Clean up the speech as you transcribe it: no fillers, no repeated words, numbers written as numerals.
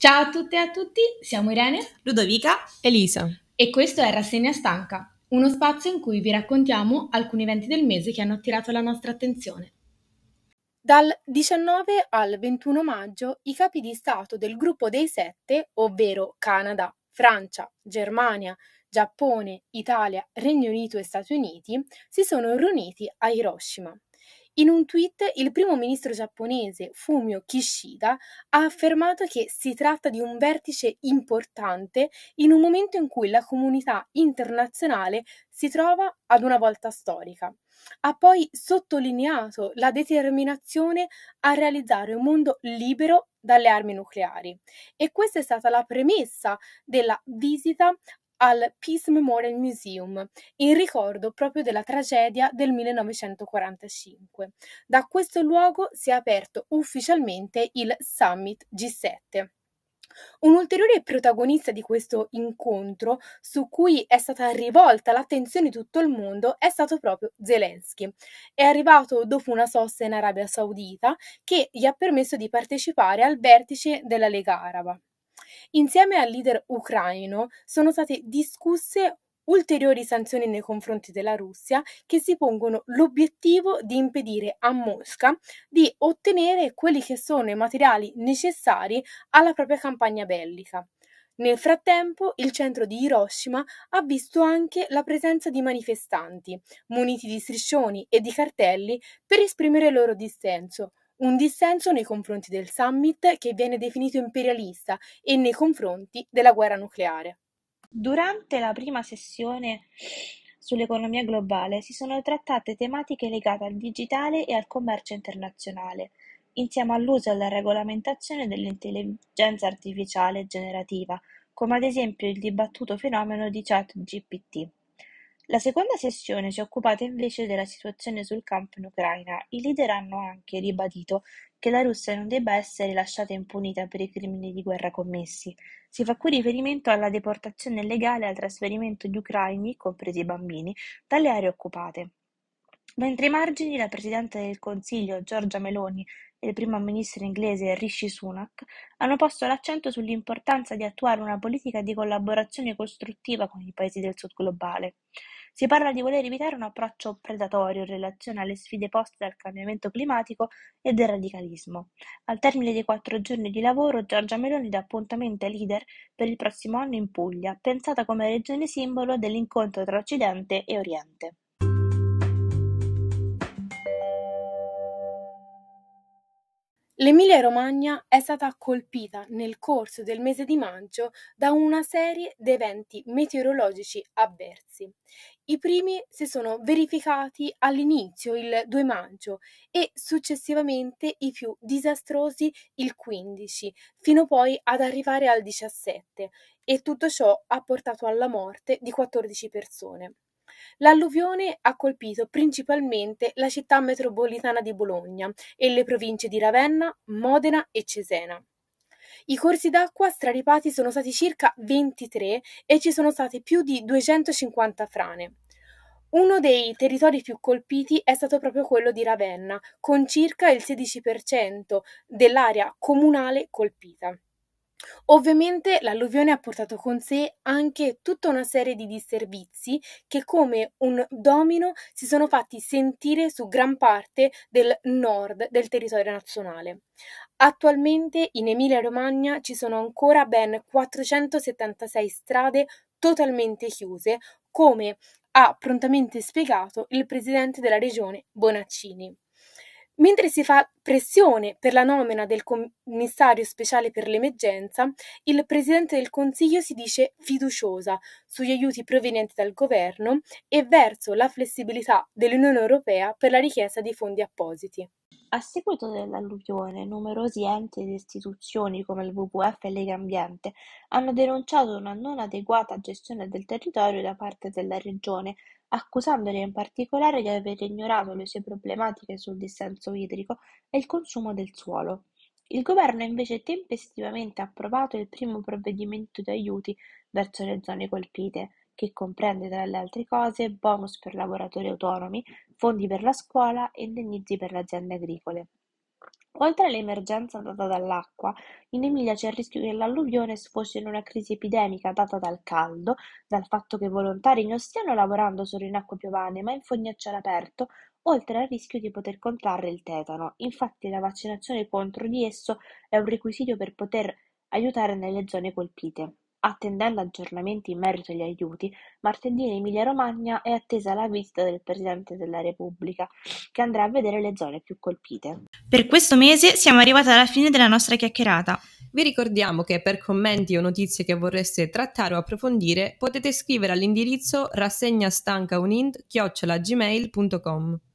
Ciao a tutte e a tutti, siamo Irene Ludovica, Elisa. e questo è Rassegna Stanca, uno spazio in cui vi raccontiamo alcuni eventi del mese che hanno attirato la nostra attenzione. Dal 19 al 21 maggio i capi di Stato del gruppo dei sette, ovvero Canada, Francia, Germania, Giappone, Italia, Regno Unito e Stati Uniti, si sono riuniti a Hiroshima. In un tweet il primo ministro giapponese Fumio Kishida ha affermato che si tratta di un vertice importante in un momento in cui la comunità internazionale si trova ad una volta storica. Ha poi sottolineato la determinazione a realizzare un mondo libero dalle armi nucleari e questa è stata la premessa della visita al Peace Memorial Museum, in ricordo proprio della tragedia del 1945. Da questo luogo si è aperto ufficialmente il Summit G7. Un ulteriore protagonista di questo incontro, su cui è stata rivolta l'attenzione di tutto il mondo, è stato proprio Zelensky. È arrivato dopo una sosta in Arabia Saudita che gli ha permesso di partecipare al vertice della Lega Araba. Insieme al leader ucraino sono state discusse ulteriori sanzioni nei confronti della Russia che si pongono l'obiettivo di impedire a Mosca di ottenere quelli che sono i materiali necessari alla propria campagna bellica. Nel frattempo, il centro di Hiroshima ha visto anche la presenza di manifestanti, muniti di striscioni e di cartelli per esprimere il loro dissenso. Un dissenso nei confronti del summit che viene definito imperialista e nei confronti della guerra nucleare. Durante la prima sessione sull'economia globale si sono trattate tematiche legate al digitale e al commercio internazionale, insieme all'uso e alla regolamentazione dell'intelligenza artificiale generativa, come ad esempio il dibattuto fenomeno di ChatGPT. La seconda sessione si è occupata invece della situazione sul campo in Ucraina. I leader hanno anche ribadito che la Russia non debba essere lasciata impunita per i crimini di guerra commessi. Si fa qui riferimento alla deportazione illegale e al trasferimento di ucraini, compresi i bambini, dalle aree occupate. Mentre ai margini la Presidente del Consiglio Giorgia Meloni e il Primo Ministro inglese Rishi Sunak hanno posto l'accento sull'importanza di attuare una politica di collaborazione costruttiva con i paesi del sud globale. Si parla di voler evitare un approccio predatorio in relazione alle sfide poste dal cambiamento climatico e del radicalismo. Al termine dei 4 giorni di lavoro, Giorgia Meloni dà appuntamento ai leader per il prossimo anno in Puglia, pensata come regione simbolo dell'incontro tra Occidente e Oriente. L'Emilia-Romagna è stata colpita nel corso del mese di maggio da una serie di eventi meteorologici avversi. I primi si sono verificati all'inizio, il 2 maggio, e successivamente i più disastrosi il 15, fino poi ad arrivare al 17, e tutto ciò ha portato alla morte di 14 persone. L'alluvione ha colpito principalmente la città metropolitana di Bologna e le province di Ravenna, Modena e Cesena. I corsi d'acqua straripati sono stati circa 23 e ci sono state più di 250 frane. Uno dei territori più colpiti è stato proprio quello di Ravenna, con circa il 16% dell'area comunale colpita. Ovviamente l'alluvione ha portato con sé anche tutta una serie di disservizi che come un domino si sono fatti sentire su gran parte del nord del territorio nazionale. Attualmente in Emilia-Romagna ci sono ancora ben 476 strade totalmente chiuse, come ha prontamente spiegato il presidente della regione Bonaccini. Mentre si fa pressione per la nomina del commissario speciale per l'emergenza, il Presidente del Consiglio si dice fiduciosa sugli aiuti provenienti dal governo e verso la flessibilità dell'Unione Europea per la richiesta di fondi appositi. A seguito dell'alluvione, numerosi enti ed istituzioni come il WWF e Legambiente hanno denunciato una non adeguata gestione del territorio da parte della regione, accusandoli in particolare di aver ignorato le sue problematiche sul dissenso idrico e il consumo del suolo. Il governo ha invece tempestivamente approvato il primo provvedimento di aiuti verso le zone colpite, che comprende tra le altre cose bonus per lavoratori autonomi, fondi per la scuola e indennizzi per le aziende agricole. Oltre all'emergenza data dall'acqua, in Emilia c'è il rischio che l'alluvione sfoci in una crisi epidemica data dal caldo, dal fatto che i volontari non stiano lavorando solo in acque piovane, ma in fogne a cielo aperto, oltre al rischio di poter contrarre il tetano. Infatti la vaccinazione contro di esso è un requisito per poter aiutare nelle zone colpite. Attendendo aggiornamenti in merito agli aiuti, martedì in Emilia-Romagna è attesa la visita del Presidente della Repubblica, che andrà a vedere le zone più colpite. Per questo mese siamo arrivati alla fine della nostra chiacchierata. Vi ricordiamo che per commenti o notizie che vorreste trattare o approfondire potete scrivere all'indirizzo rassegnastancaunind@gmail.com.